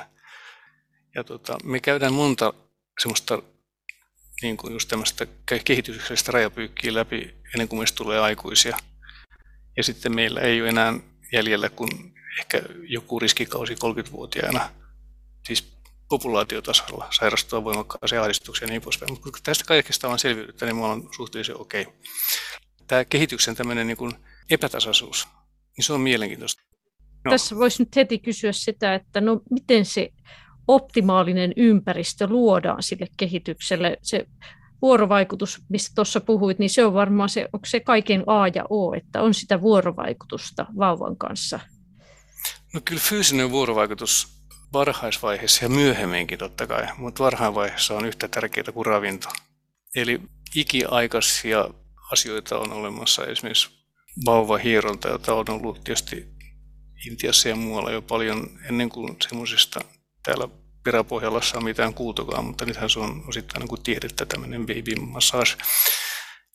Ja me käydään monta semmoista niin kuin just tämmöistä kehityksestä rajapyykkiä läpi ennen kuin meistä tulee aikuisia. Ja sitten meillä ei ole enää jäljellä kuin ehkä joku riskikausi 30-vuotiaana, siis populaatiotasolla sairastua voimakkaaseen ahdistukseen ja niin poispäin. Mutta kun tästä kaikesta on selviydyttä, niin minulla on suhteellisen okei. Tämä kehityksen tämmöinen niin kuin epätasaisuus, niin se on mielenkiintoista. No. Tässä voisi nyt heti kysyä sitä, että no miten se optimaalinen ympäristö luodaan sille kehitykselle. Se vuorovaikutus, mistä tuossa puhuit, niin se on varmaan onko se kaiken A ja O, että on sitä vuorovaikutusta vauvan kanssa? No kyllä fyysinen vuorovaikutus varhaisvaiheessa ja myöhemminkin totta kai, mutta varhaisvaiheessa on yhtä tärkeää kuin ravinto. Eli ikiaikaisia asioita on olemassa, esimerkiksi vauvahieronta, jota on ollut tietysti Intiassa ja muualla jo paljon ennen kuin semmoisesta täällä Peräpohjolassa on mitään kuultukaan, mutta nythän se on osittain niin kuin tiedettä, tämmöinen baby massage, joka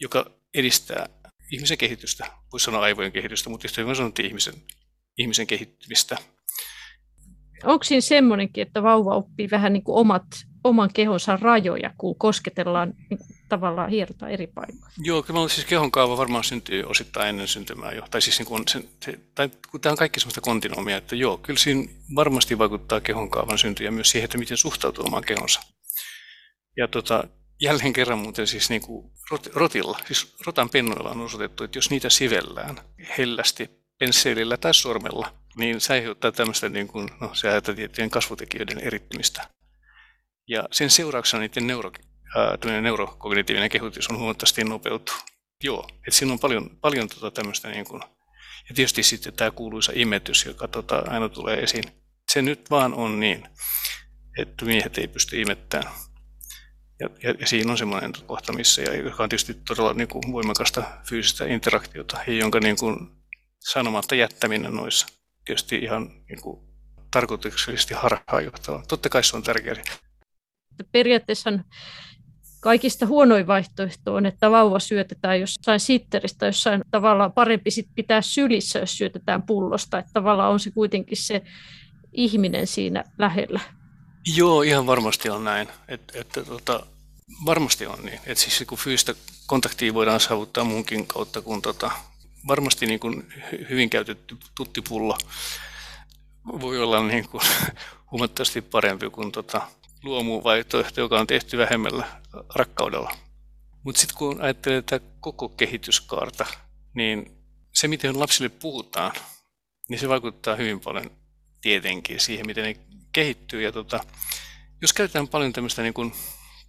edistää ihmisen kehitystä, voisi sanoa aivojen kehitystä, mutta yhtä hyvin sanottiin ihmisen kehittymistä. Onko siinä semmoinenkin, että vauva oppii vähän niin kuin oman kehonsa rajoja, kun kosketellaan tavallaan hierotaan eri paikoissa? Joo, kyllä siis kehonkaava varmaan syntyy osittain ennen syntymää jo. Tai siis niin kuin kun tämä on kaikki sellaista kontinuumia, että joo, kyllä siinä varmasti vaikuttaa kehonkaavan synty ja myös siihen, että miten suhtautuu omaan kehonsa. Ja jälleen kerran muuten siis niin kuin rotilla, siis rotan pennoilla on osoitettu, että jos niitä sivellään hellästi pensselillä tai sormella, niin se aiheuttaa tämmöistä niin kuin, se aiheuttaa tiettyjen kasvutekijöiden erittymistä. Ja sen seurauksena niiden neurokognitiivinen kehittys on huomattavasti nopeutuu. Joo, että siinä on paljon tämmöistä, niin kuin, ja tietysti sitten tämä kuuluisa imetys, joka aina tulee esiin. Se nyt vaan on niin, että miehet ei pysty imettämään. Ja siinä on semmoinen kohta, joka on tietysti todella niin kuin voimakasta fyysistä interaktiota, ja jonka niin kuin sanomatta jättäminen noissa tietysti ihan niin kuin tarkoituksellisesti harhaanjohtava. Totta kai se on tärkeää. Periaatteessa kaikista huonoin vaihtoehto on, että vauva syötetään jossain sitteristä, jossain tavallaan parempi sit pitää sylissä, jos syötetään pullosta. Että tavallaan on se kuitenkin se ihminen siinä lähellä. Joo, ihan varmasti on näin. Varmasti on niin. Että siis kun fyysistä kontaktia voidaan saavuttaa muunkin kautta kuin varmasti niin kuin hyvin käytetty tuttipullo voi olla niin kuin huomattavasti parempi kuin luomuvaihtoehto, joka on tehty vähemmällä rakkaudella. Mutta sitten kun ajattelee tätä koko kehityskaarta, niin se miten lapsille puhutaan, niin se vaikuttaa hyvin paljon tietenkin siihen, miten ne kehittyy. Ja jos käytetään paljon tämmöistä niin kuin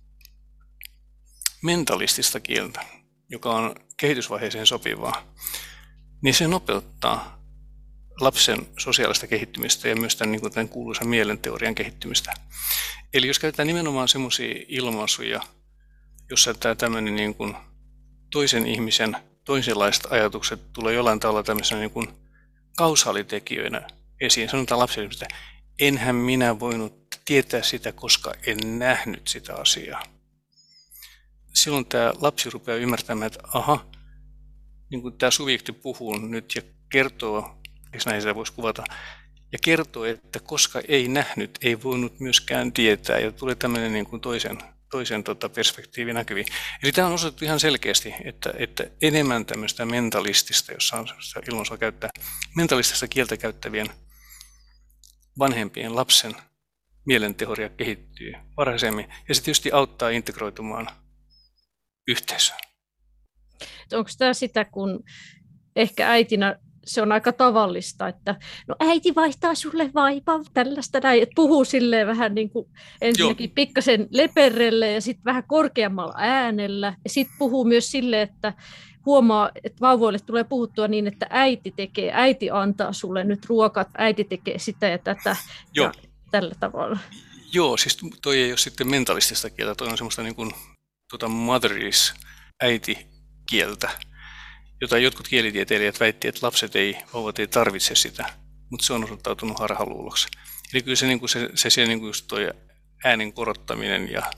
mentalistista kieltä, joka on kehitysvaiheeseen sopivaa, niin se nopeuttaa lapsen sosiaalista kehittymistä ja myös tämän kuuluisan mielenteorian kehittymistä. Eli jos käytetään nimenomaan semmoisia ilmaisuja, jossa tämmöinen niin kuin toisen ihmisen toisenlaiset ajatukset tulee jollain tavalla tämmöisenä niin kuin kausaalitekijöinä esiin. Sanotaan lapsille, että enhän minä voinut tietää sitä, koska en nähnyt sitä asiaa. Silloin tämä lapsi rupeaa ymmärtämään, että aha, niin kuin tämä subjekti puhuu nyt ja kertoo, eikö näin sitä voisi kuvata, ja kertoo, että koska ei nähnyt, ei voinut myöskään tietää, ja tulee tämmöinen niin kuin toisen perspektiivi näkyviin. Eli tämä on osoitettu ihan selkeästi, että enemmän tämmöistä mentalistista, jossa on ilmaisua käyttää, mentalistista kieltä käyttävien vanhempien lapsen mielenteoria kehittyy varhaisemmin, ja se tietysti auttaa integroitumaan yhteisöön. Onko tämä sitä, kun ehkä äitinä se on aika tavallista, että no äiti vaihtaa sulle vaipan, tällaista näin, että puhuu silleen vähän niin kuin ensinnäkin pikkasen leperrelle ja sitten vähän korkeammalla äänellä. Ja sitten puhuu myös silleen, että huomaa, että vauvoille tulee puhuttua niin, että äiti antaa sulle nyt ruokat, äiti tekee sitä ja tätä ja tällä tavalla. Joo, siis toi ei ole sitten mentalistista kieltä, toi on semmoista niin kuin mother is äitikieltä, jota jotkut kielitieteilijät väittivät, että vauvat ei tarvitse sitä, mutta se on osoittautunut harhaluuloksi. Eli kyllä se, niin kuin se niin kuin just toi äänen korottaminen ja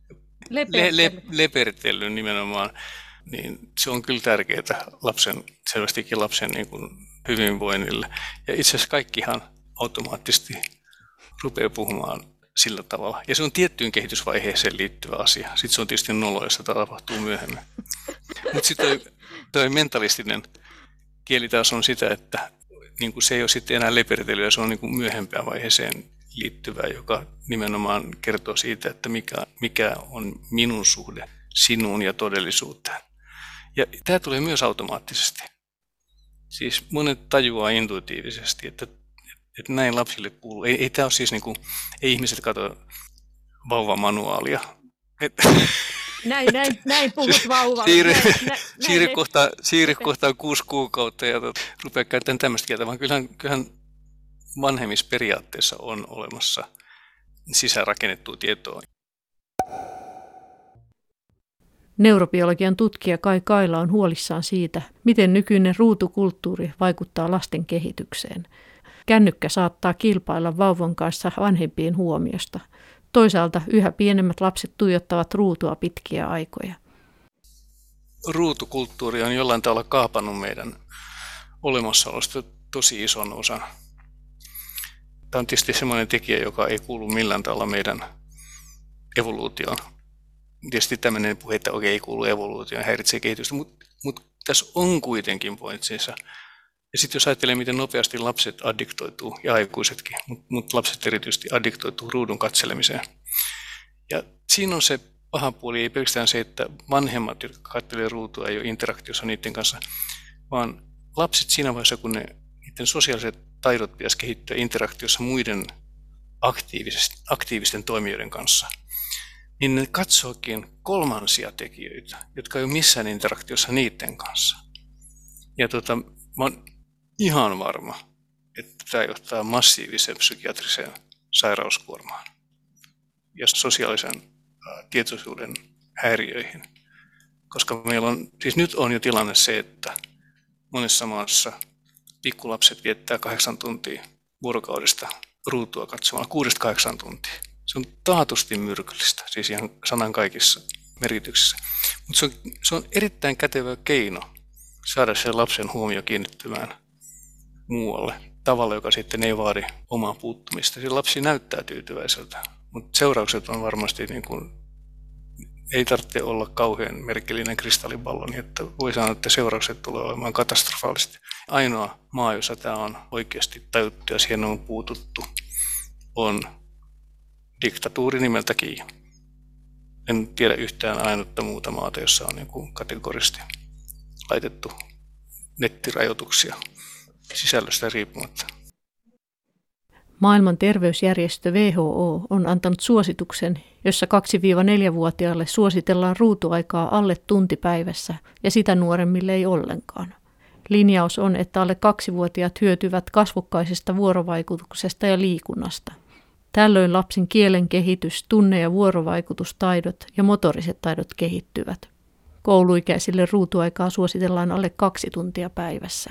lepertely nimenomaan, niin se on kyllä tärkeää selvästikin lapsen niin kuin hyvinvoinnille. Ja itse asiassa kaikkihan automaattisesti rupeaa puhumaan sillä tavalla. Ja se on tiettyyn kehitysvaiheeseen liittyvä asia. Sitten se on tietysti nolo, jos sitä tapahtuu myöhemmin. Mutta sitten toi mentalistinen kieli taas on sitä, että niin kuin se ei ole sitten enää lepertelyä, se on niin kuin myöhempään vaiheeseen liittyvää, joka nimenomaan kertoo siitä, että mikä on minun suhde sinuun ja todellisuuteen. Ja tämä tulee myös automaattisesti. Siis monet tajuaa intuitiivisesti, että näin lapsille kuuluu. Ei tämä ole siis niin kuin, ei ihmiset katso vauvamanuaalia. Näin puhut vauvalle. Siirry kohtaan 6 kuukautta ja rupeaa käyttämään tämmöistä kieltä, vaan kyllähän vanhemmisperiaatteessa on olemassa sisäänrakennettua tietoa. Neurobiologian tutkija Kai Kaila on huolissaan siitä, miten nykyinen ruutukulttuuri vaikuttaa lasten kehitykseen. Kännykkä saattaa kilpailla vauvan kanssa vanhempien huomiosta. Toisaalta yhä pienemmät lapset tuijottavat ruutua pitkiä aikoja. ruutukulttuuri on jollain tavalla kaapannut meidän olemassaolosta tosi ison osan. Tämä on tietysti sellainen tekijä, joka ei kuulu millään tavalla meidän evoluutioon. Tietysti tämmöinen puhe, että okei, ei kuulu evoluutioon, häiritsee kehitystä, mutta tässä on kuitenkin pointsinsa. Ja sitten jos ajattelee, miten nopeasti lapset addiktoituu, ja aikuisetkin, mutta lapset erityisesti addiktoituu ruudun katselemiseen. Ja siinä on se paha puoli, ei pelkästään se, että vanhemmat, jotka katselee ruutua, ei ole interaktiossa niiden kanssa, vaan lapset siinä vaiheessa, kun niiden sosiaaliset taidot pitäisi kehittyä interaktiossa muiden aktiivisten toimijoiden kanssa, niin ne katsookin kolmansia tekijöitä, jotka ei ole missään interaktiossa niiden kanssa. Ja mä oon ihan varma, että tämä johtaa massiiviseen psykiatriseen sairauskuormaan ja sosiaalisen tietoisuuden häiriöihin. Koska meillä on, siis nyt on jo tilanne se, että monessa maassa pikkulapset viettää 8 tuntia vuorokaudesta ruutua katsomalla 6-8 tuntia. Se on taatusti myrkyllistä, siis ihan sanan kaikissa merityksissä. Mutta se on erittäin kätevä keino saada sen lapsen huomio kiinnittymään muualle tavalla, joka sitten ei vaadi omaa puuttumista. Se lapsi näyttää tyytyväiseltä, mutta seuraukset on varmasti niin kuin, ei tarvitse olla kauhean merkillinen kristallipallo, niin että voi sanoa, että seuraukset tulee olemaan katastrofaaliset. Ainoa maa, jossa tämä on oikeasti tajuttu ja siihen on puututtu, on diktatuuri nimeltä Kiina. En tiedä yhtään ainutta muuta maata, jossa on niin kuin kategorisesti laitettu nettirajoituksia sisällöstä riippumatta. Maailman terveysjärjestö WHO on antanut suosituksen, jossa 2-4-vuotiaille suositellaan ruutuaikaa alle tunti päivässä ja sitä nuoremmille ei ollenkaan. Linjaus on, että alle 2-vuotiaat hyötyvät kasvokkaisesta vuorovaikutuksesta ja liikunnasta. Tällöin lapsen kielen kehitys, tunne- ja vuorovaikutustaidot ja motoriset taidot kehittyvät. Kouluikäisille ruutuaikaa suositellaan alle 2 tuntia päivässä.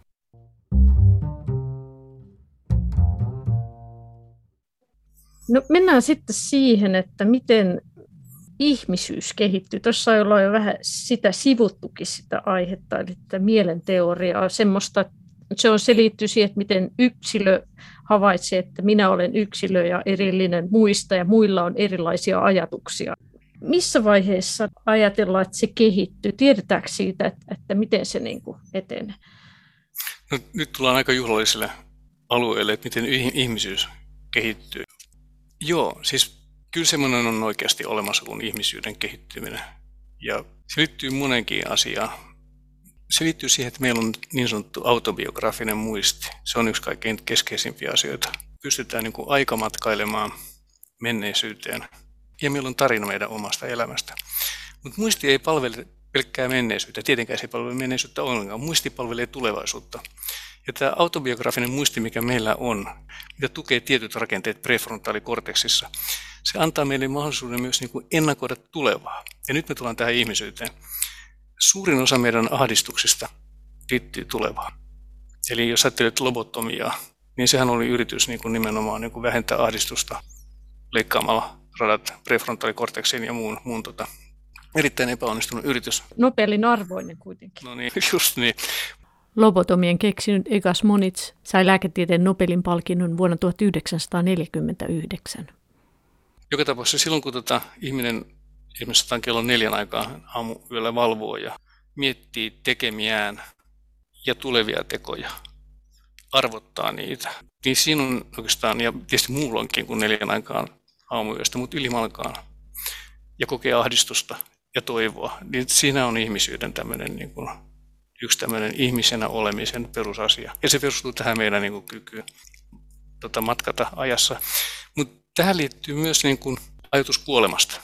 No mennään sitten siihen, että miten ihmisyys kehittyy. Tuossa ollaan jo vähän sitä sivuttukin sitä aihetta, eli mielenteoriaa, semmoista, se liittyy siihen, että miten yksilö havaitsee, että minä olen yksilö ja erillinen muista ja muilla on erilaisia ajatuksia. Missä vaiheessa ajatellaan, että se kehittyy? Tiedetäänkö siitä, että miten se niin kuin etenee? No, nyt tullaan aika juhlalliselle alueelle, että miten ihmisyys kehittyy. Joo, siis kyllä semmoinen on oikeasti olemassa kuin ihmisyyden kehittyminen. Ja se liittyy monenkin asiaan. Se liittyy siihen, että meillä on niin sanottu autobiografinen muisti. Se on yksi kaikkein keskeisimpiä asioita. Pystytään niin kuin aikamatkailemaan menneisyyteen. Ja meillä on tarina meidän omasta elämästä. Mutta muisti ei palvele pelkkää menneisyyttä. Tietenkään se ei palvele menneisyyttä ollenkaan. Muisti palvelee tulevaisuutta. Ja tämä autobiografinen muisti, mikä meillä on, mitä tukee tietyt rakenteet prefrontaalikorteksissa, se antaa meille mahdollisuuden myös niin kuin ennakoida tulevaa. Ja nyt me tullaan tähän ihmisyyteen. Suurin osa meidän ahdistuksista liittyy tulevaan. Eli jos ajattelet lobotomiaa, niin sehän oli yritys niin kuin nimenomaan niin kuin vähentää ahdistusta leikkaamalla radat prefrontaalikorteksiin ja muun erittäin epäonnistunut yritys. Nobelin arvoinen kuitenkin. No niin, just niin. Lobotomian keksinyt Egas Monitz sai lääketieteen Nobelin palkinnon vuonna 1949. Joka tapauksessa silloin, kun ihminen esimerkiksi kello 4 aikaa aamuyöllä valvoo ja miettii tekemiään ja tulevia tekoja, arvottaa niitä, niin siinä on oikeastaan, ja tietysti muulloinkin kuin 4 aikaan aamuyöstä, mutta ylimalkaan, ja kokee ahdistusta ja toivoa, niin siinä on ihmisyyden tämmöinen niin kuin yksi tämmöinen ihmisenä olemisen perusasia. Ja se perustuu tähän meidän niin kuin kykyyn matkata ajassa. Mutta tähän liittyy myös niin kuin ajatus kuolemasta.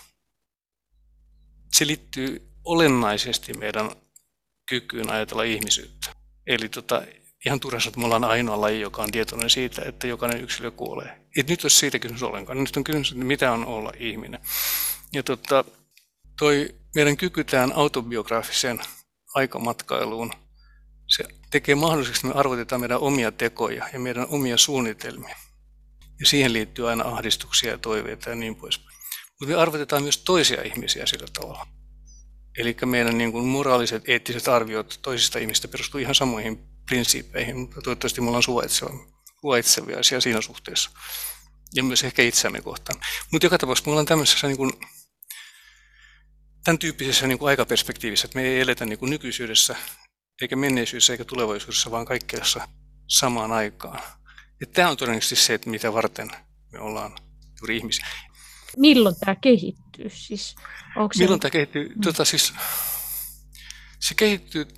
Se liittyy olennaisesti meidän kykyyn ajatella ihmisyyttä. Eli ihan turhassa, että me ollaan ainoa laji, joka on tietoinen siitä, että jokainen yksilö kuolee. Et nyt olisi siitä kysymys ollenkaan. Nyt on kysymys, että mitä on olla ihminen. Ja toi meidän kyky tähän autobiografiseen aikamatkailuun, se tekee mahdolliseksi, että me arvotetaan meidän omia tekoja ja meidän omia suunnitelmia. Ja siihen liittyy aina ahdistuksia ja toiveita ja niin poispäin. Mutta me arvotetaan myös toisia ihmisiä sillä tavalla. Eli meidän niin kuin moraaliset, eettiset arviot toisista ihmistä perustuu ihan samoihin prinsiippeihin, mutta toivottavasti me ollaan suvaitsevaisia siinä suhteessa. Ja myös ehkä itseämme kohtaan. Mutta joka tapauksessa me ollaan tämmöisessä niin kuin, tämän tyyppisessä niin kuin aikaperspektiivissä, että me ei eletä niin kuin nykyisyydessä, eikä menneisyydessä, eikä tulevaisuudessa, vaan kaikkeessa samaan aikaan. Ja tämä on todennäköisesti se, että mitä varten me ollaan juuri ihmisiä. Milloin tämä kehittyy? Siis, milloin tämä kehittyy? Se kehittyy,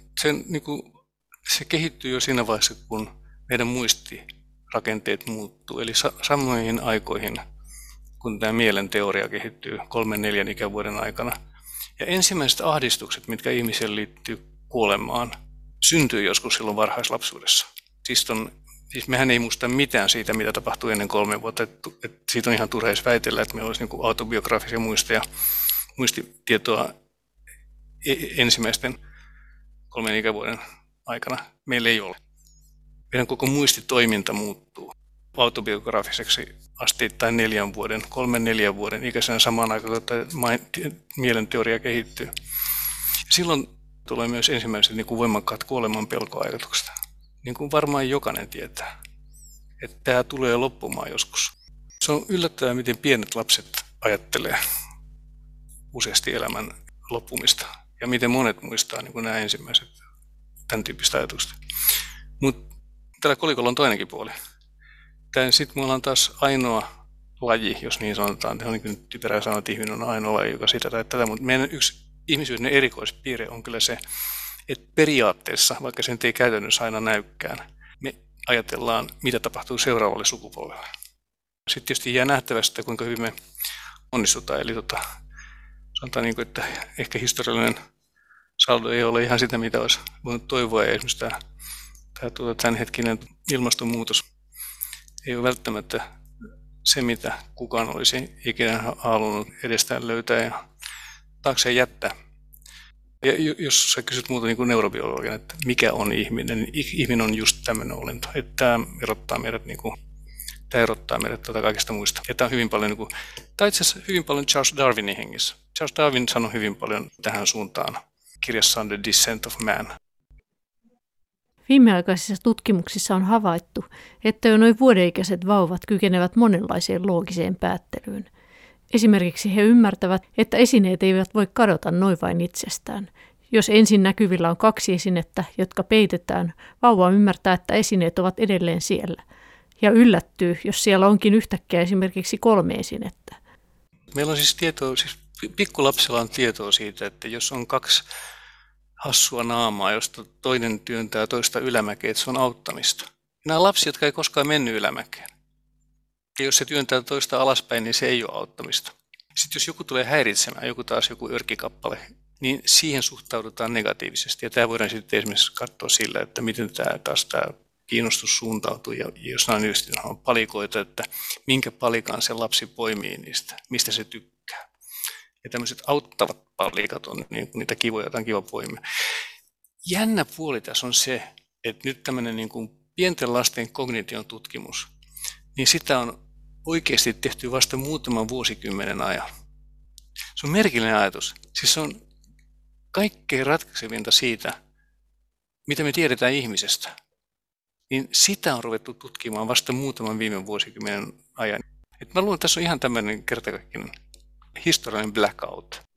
se kehittyy jo siinä vaiheessa, kun meidän muistirakenteet muuttuu. Eli samoihin aikoihin, kun tämä mielen teoria kehittyy 3-4 ikävuoden aikana. Ja ensimmäiset ahdistukset, mitkä ihmiselle liittyy kuolemaan, syntyy joskus silloin varhaislapsuudessa. Siis mehän ei muista mitään siitä, mitä tapahtui ennen 3 vuotta. Siitä on ihan turha edes väitellä, että meillä olisi niin kuin autobiografisia muistitietoa ensimmäisten 3 ikävuoden aikana. Meillä ei ole. Meidän koko muistitoiminta muuttuu autobiografiseksi asteittain 4 vuoden, 3-4 vuoden ikäisenä samaan aikaan, kun mielen teoria kehittyy. Silloin tulee myös ensimmäiset niin kuin voimakkaat kuoleman pelkoajatukset. Niin kuin varmaan jokainen tietää, että tämä tulee loppumaan joskus. Se on yllättävää, miten pienet lapset ajattelee useasti elämän loppumista ja miten monet muistaa niin kuin nämä ensimmäiset tämän tyyppistä ajatusta. Mutta tällä kolikolla on toinenkin puoli. Sitten me ollaan taas ainoa laji, jos niin sanotaan. Se on niin typerää sanoa, että ihminen on ainoa laji, joka sitä tai tätä, mutta meidän yksi ihmisyyden erikoispiirre on kyllä se, että periaatteessa, vaikka se nyt ei käytännössä aina näykään, me ajatellaan, mitä tapahtuu seuraavalle sukupolvelle. Sitten tietysti jää nähtävästä, kuinka hyvin me onnistutaan. Eli sanotaan, niin kuin, että ehkä historiallinen saldo ei ole ihan sitä, mitä olisi voinut toivoa. Ja esimerkiksi tämä tämänhetkinen ilmastonmuutos ei ole välttämättä se, mitä kukaan olisi ikinä halunnut edestään löytää ja taakseen jättää. Ja jos sä kysyt muuta niin kuin neurobiologian, että mikä on ihminen, niin ihminen on just tämmöinen olento. Että tämä erottaa meidät kaikista muista. Ja tämä on hyvin paljon, tämä itse asiassa hyvin paljon Charles Darwinin hengissä. Charles Darwin sanoi hyvin paljon tähän suuntaan kirjassaan The Descent of Man. Viimeaikaisissa tutkimuksissa on havaittu, että jo noin vuodenikäiset vauvat kykenevät monenlaiseen loogiseen päättelyyn. Esimerkiksi he ymmärtävät, että esineet eivät voi kadota noin vain itsestään. Jos ensin näkyvillä on 2 esinettä, jotka peitetään, vauva ymmärtää, että esineet ovat edelleen siellä. Ja yllättyy, jos siellä onkin yhtäkkiä esimerkiksi 3 esinettä. Meillä on siis pikkulapsella on tietoa siitä, että jos on 2 hassua naamaa, josta toinen työntää toista ylämäkeen, että se on auttamista. Nämä lapset, jotka ei koskaan mennyt ylämäkeen. Ja jos se työntää toista alaspäin, niin se ei ole auttamista. Sitten jos joku tulee häiritsemään, joku örkkikappale, niin siihen suhtaudutaan negatiivisesti. Ja tämä voidaan sitten esimerkiksi katsoa sillä, että miten tämä kiinnostus suuntautuu. Ja jos on palikoita, että minkä palikan se lapsi poimii niistä, mistä se tykkää. Ja tämmöiset auttavat palikat on niin niitä kivoja, joita on kiva poimia. Jännä puoli tässä on se, että nyt tämmöinen niin kuin pienten lasten kognition tutkimus, niin sitä on oikeasti tehty vasta muutaman vuosikymmenen ajan. Se on merkillinen ajatus. Siis se on kaikkein ratkaisevinta siitä, mitä me tiedetään ihmisestä. Niin sitä on ruvettu tutkimaan vasta muutaman viime vuosikymmenen ajan. Et mä luulen, että tässä on ihan tämmöinen kertakaikkinen historiallinen blackout.